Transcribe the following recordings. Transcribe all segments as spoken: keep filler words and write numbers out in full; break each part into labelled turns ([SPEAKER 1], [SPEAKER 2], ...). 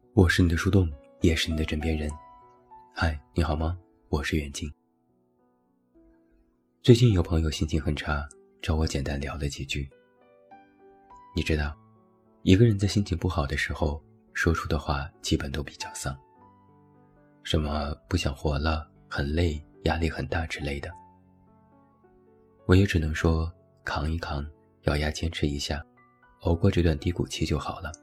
[SPEAKER 1] 我是你的树洞，也是你的枕边人。嗨，你好吗？我是远近。最近有朋友心情很差，找我简单聊了几句。你知道，一个人在心情不好的时候，说出的话基本都比较丧，什么不想活了，很累，压力很大之类的。我也只能说扛一扛，咬牙坚持一下，熬过这段低谷期就好了。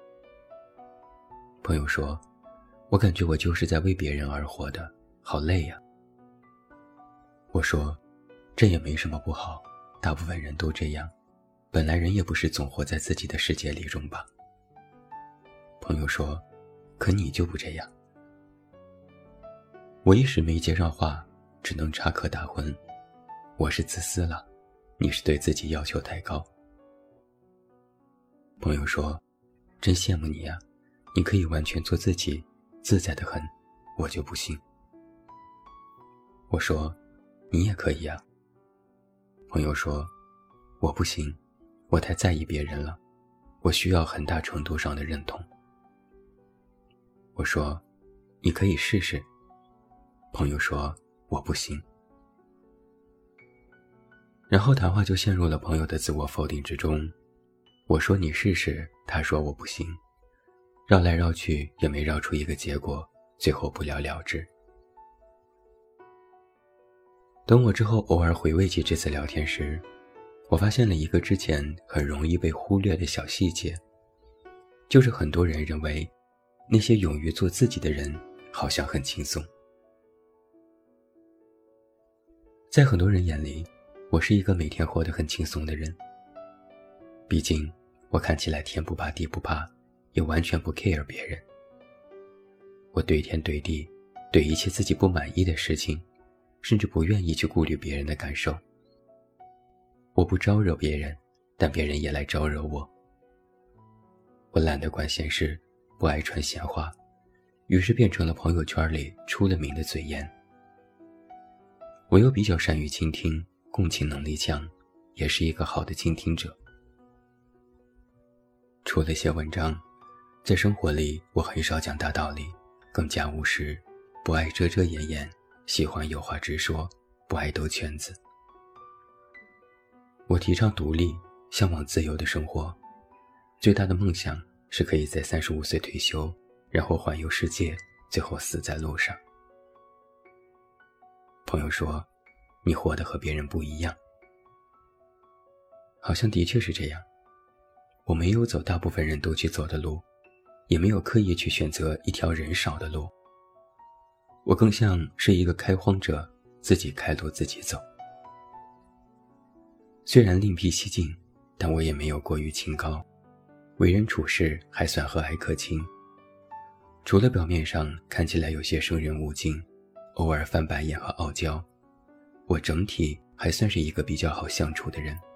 [SPEAKER 1] 朋友说，我感觉我就是在为别人而活的，好累呀。我说，这也没什么不好，大部分人都这样，本来人也不是总活在自己的世界里中吧。朋友说，可你就不这样。我一时没接上话，只能插科打诨，我是自私了，你是对自己要求太高。朋友说，真羡慕你呀，你可以完全做自己，自在得很，我就不行。我说，你也可以啊。朋友说，我不行，我太在意别人了，我需要很大程度上的认同。我说，你可以试试。朋友说，我不行。然后谈话就陷入了朋友的自我否定之中。我说你试试，他说我不行，绕来绕去也没绕出一个结果，最后不了了之。等我之后偶尔回味起这次聊天时，我发现了一个之前很容易被忽略的小细节，就是很多人认为那些勇于做自己的人好像很轻松。在很多人眼里，我是一个每天活得很轻松的人。毕竟我看起来天不怕地不怕，也完全不 care 别人。我对天对地，对一切自己不满意的事情，甚至不愿意去顾虑别人的感受。我不招惹别人，但别人也来招惹我。我懒得管闲事，不爱传闲话，于是变成了朋友圈里出了名的嘴严。我又比较善于倾听，共情能力强，也是一个好的倾听者。除了写文章，在生活里我很少讲大道理，更加务实，不爱遮遮掩掩，喜欢有话直说，不爱兜圈子。我提倡独立，向往自由的生活，最大的梦想是可以在三十五岁退休，然后环游世界，最后死在路上。朋友说，你活得和别人不一样。好像的确是这样，我没有走大部分人都去走的路，也没有刻意去选择一条人少的路。我更像是一个开荒者，自己开路自己走。虽然另辟蹊径，但我也没有过于清高，为人处事还算和蔼可亲。除了表面上看起来有些生人勿近，偶尔翻白眼和傲娇，我整体还算是一个比较好相处的人。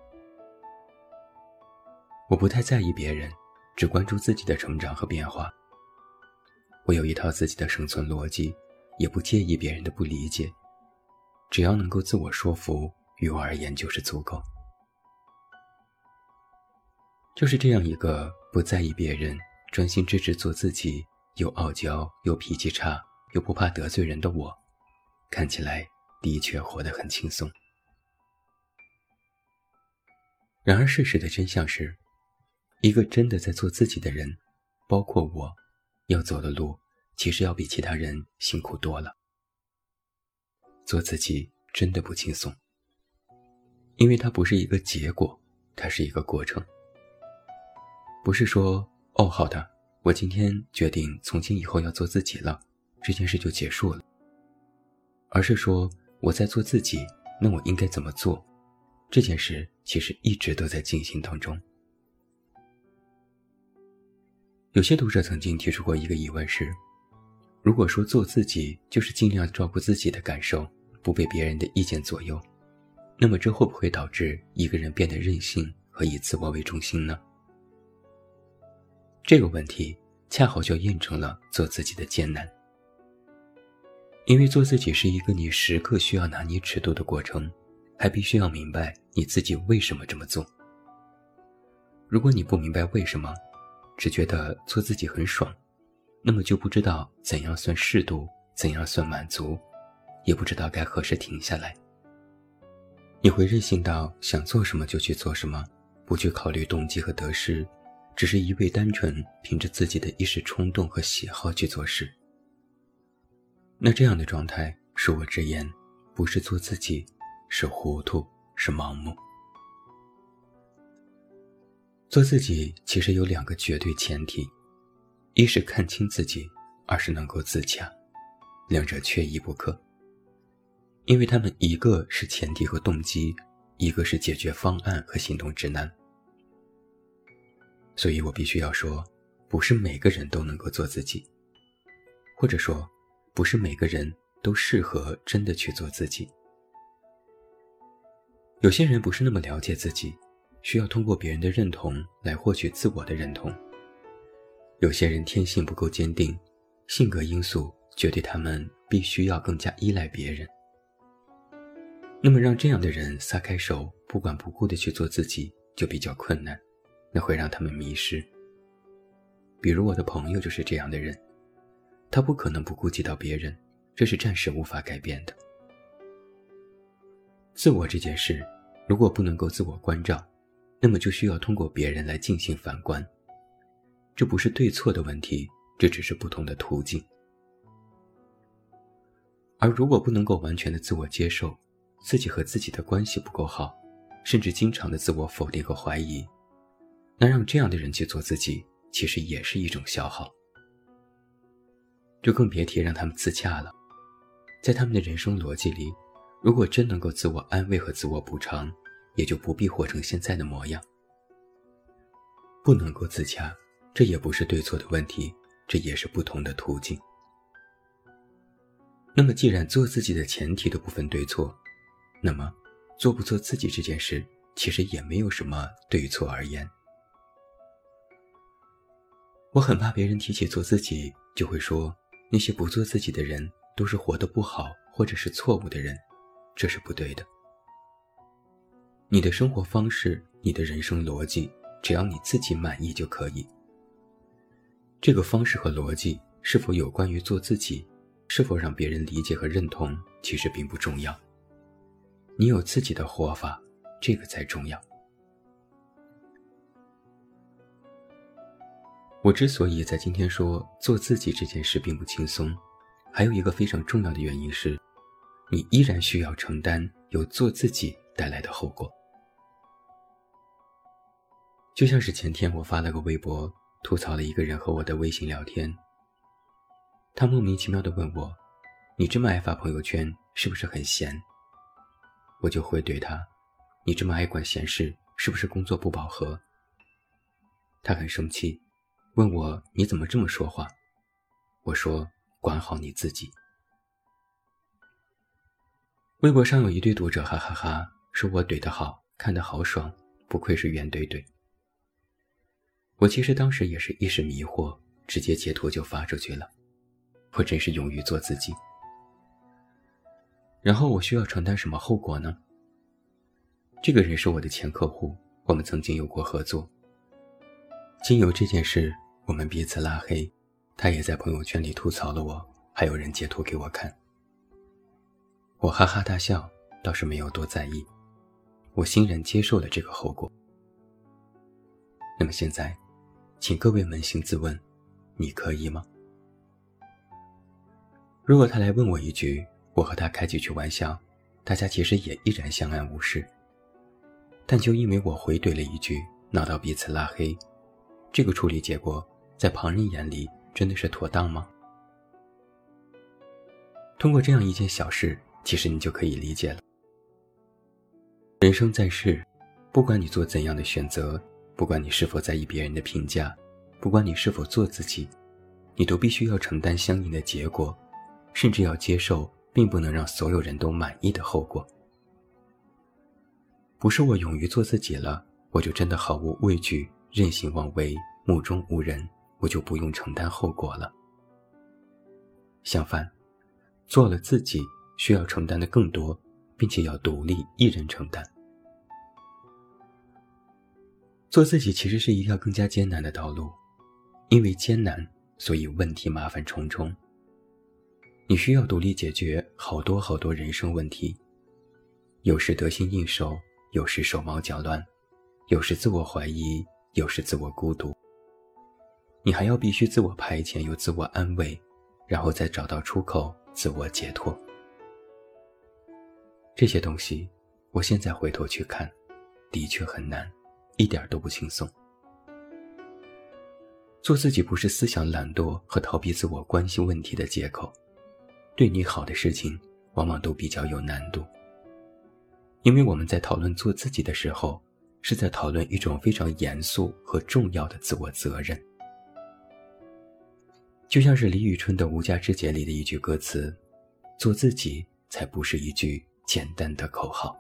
[SPEAKER 1] 我不太在意别人，只关注自己的成长和变化。我有一套自己的生存逻辑，也不介意别人的不理解，只要能够自我说服，于我而言就是足够。就是这样一个不在意别人，专心致志做自己，又傲娇又脾气差，又不怕得罪人的我，看起来的确活得很轻松。然而事实的真相是，一个真的在做自己的人，包括我，要走的路其实要比其他人辛苦多了。做自己真的不轻松，因为它不是一个结果，它是一个过程。不是说，哦好的，我今天决定从今以后要做自己了，这件事就结束了。而是说，我在做自己，那我应该怎么做？这件事其实一直都在进行当中。有些读者曾经提出过一个疑问是，如果说做自己就是尽量照顾自己的感受，不被别人的意见左右，那么这会不会导致一个人变得任性和以自我为中心呢？这个问题恰好就验证了做自己的艰难。因为做自己是一个你时刻需要拿捏尺度的过程，还必须要明白你自己为什么这么做。如果你不明白为什么，只觉得做自己很爽， 那么就不知道怎样算适度，怎样算满足，也不知道该何时停下来。你会任性到想做什么就去做什么，不去考虑动机和得失，只是一味单纯凭着自己的一时冲动和喜好去做事。那这样的状态，恕我直言，不是做自己，是糊涂，是盲目。做自己其实有两个绝对前提，一是看清自己，二是能够自洽，两者缺一不可。因为他们一个是前提和动机，一个是解决方案和行动指南。所以我必须要说，不是每个人都能够做自己，或者说不是每个人都适合真的去做自己。有些人不是那么了解自己，需要通过别人的认同来获取自我的认同。有些人天性不够坚定，性格因素决定他们必须要更加依赖别人。那么让这样的人撒开手，不管不顾地去做自己，就比较困难，那会让他们迷失。比如我的朋友就是这样的人，他不可能不顾及到别人，这是暂时无法改变的。自我这件事，如果不能够自我关照，那么就需要通过别人来进行反观。这不是对错的问题，这只是不同的途径。而如果不能够完全的自我接受，自己和自己的关系不够好，甚至经常的自我否定和怀疑，那让这样的人去做自己，其实也是一种消耗。就更别提让他们自洽了。在他们的人生逻辑里，如果真能够自我安慰和自我补偿，也就不必活成现在的模样。不能够自洽，这也不是对错的问题，这也是不同的途径。那么既然做自己的前提都不分对错，那么做不做自己这件事，其实也没有什么对错而言。我很怕别人提起做自己，就会说那些不做自己的人都是活得不好或者是错误的人，这是不对的。你的生活方式，你的人生逻辑，只要你自己满意就可以。这个方式和逻辑是否有关于做自己，是否让别人理解和认同，其实并不重要。你有自己的活法，这个才重要。我之所以在今天说做自己这件事并不轻松，还有一个非常重要的原因是，你依然需要承担由做自己带来的后果。就像是前天我发了个微博，吐槽了一个人和我的微信聊天。他莫名其妙地问我，你这么爱发朋友圈，是不是很闲？我就回怼他，你这么爱管闲事，是不是工作不饱和？他很生气，问我你怎么这么说话？我说管好你自己。微博上有一堆读者哈哈哈，说我怼得好，看得好爽，不愧是圆怼怼。我其实当时也是一时迷惑，直接截图就发出去了。我真是勇于做自己。然后我需要承担什么后果呢？这个人是我的前客户，我们曾经有过合作。经由这件事，我们彼此拉黑，他也在朋友圈里吐槽了我，还有人截图给我看。我哈哈大笑，倒是没有多在意，我欣然接受了这个后果。那么现在，请各位扪心自问，你可以吗？如果他来问我一句，我和他开几句玩笑，大家其实也依然相安无事。但就因为我回怼了一句，闹到彼此拉黑，这个处理结果在旁人眼里真的是妥当吗？通过这样一件小事，其实你就可以理解了。人生在世，不管你做怎样的选择，不管你是否在意别人的评价，不管你是否做自己，你都必须要承担相应的结果，甚至要接受并不能让所有人都满意的后果。不是我勇于做自己了，我就真的毫无畏惧，任性妄为，目中无人，我就不用承担后果了。相反，做了自己需要承担的更多，并且要独立一人承担。做自己其实是一条更加艰难的道路，因为艰难， 所以问题麻烦重重。你需要独立解决好多好多人生问题，有时得心应手，有时手忙脚乱，有时自我怀疑，有时自我孤独。你还要必须自我排遣，又自我安慰，然后再找到出口，自我解脱。这些东西我现在回头去看，的确很难，一点都不轻松。做自己不是思想懒惰和逃避自我关系问题的借口，对你好的事情往往都比较有难度。因为我们在讨论做自己的时候，是在讨论一种非常严肃和重要的自我责任。就像是李宇春的《无价之宝》里的一句歌词，做自己才不是一句简单的口号。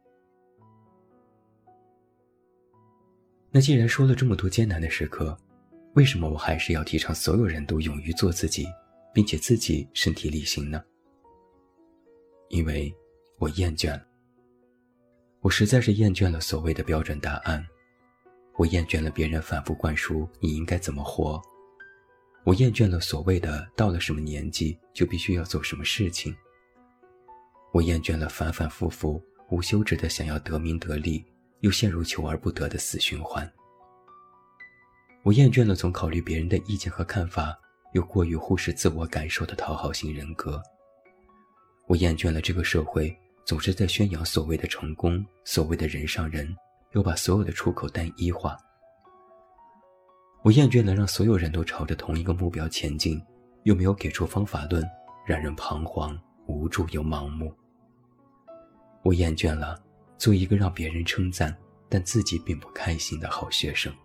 [SPEAKER 1] 那既然说了这么多艰难的时刻，为什么我还是要提倡所有人都勇于做自己，并且自己身体力行呢？因为我厌倦了。我实在是厌倦了所谓的标准答案，我厌倦了别人反复灌输你应该怎么活，我厌倦了所谓的到了什么年纪就必须要做什么事情，我厌倦了反反复复无休止的想要得名得利，又陷入求而不得的死循环。我厌倦了总考虑别人的意见和看法，又过于忽视自我感受的讨好型人格。我厌倦了这个社会总是在宣扬所谓的成功，所谓的人上人，又把所有的出口单一化。我厌倦了让所有人都朝着同一个目标前进，又没有给出方法论，让人彷徨、无助又盲目。我厌倦了做一个让别人称赞，但自己并不开心的好学生。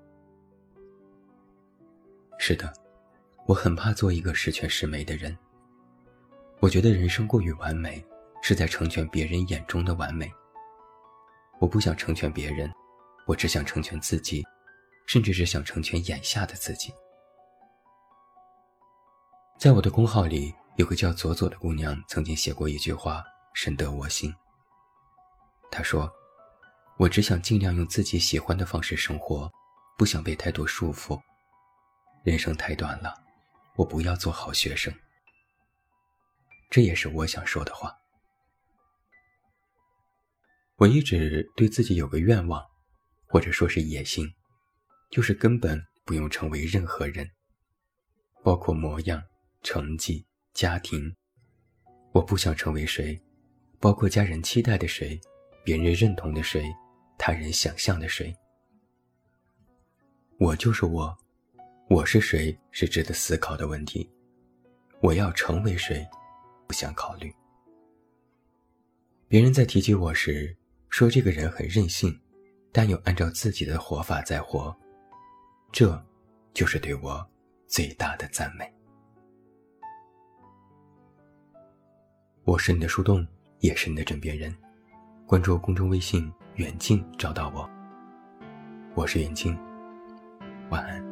[SPEAKER 1] 是的，我很怕做一个十全十美的人。我觉得人生过于完美，是在成全别人眼中的完美。我不想成全别人，我只想成全自己，甚至是想成全眼下的自己。在我的公号里，有个叫左左的姑娘曾经写过一句话，深得我心。她说，我只想尽量用自己喜欢的方式生活，不想被太多束缚。人生太短了，我不要做好学生。这也是我想说的话。我一直对自己有个愿望，或者说是野心，就是根本不用成为任何人，包括模样、成绩、家庭。我不想成为谁，包括家人期待的谁，别人认同的谁，他人想象的谁。我就是我，我是谁是值得思考的问题，我要成为谁不想考虑。别人在提起我时说这个人很任性，但又按照自己的活法在活，这就是对我最大的赞美。我是你的树洞，也是你的枕边人。关注公众微信远近找到我，我是远近，晚安。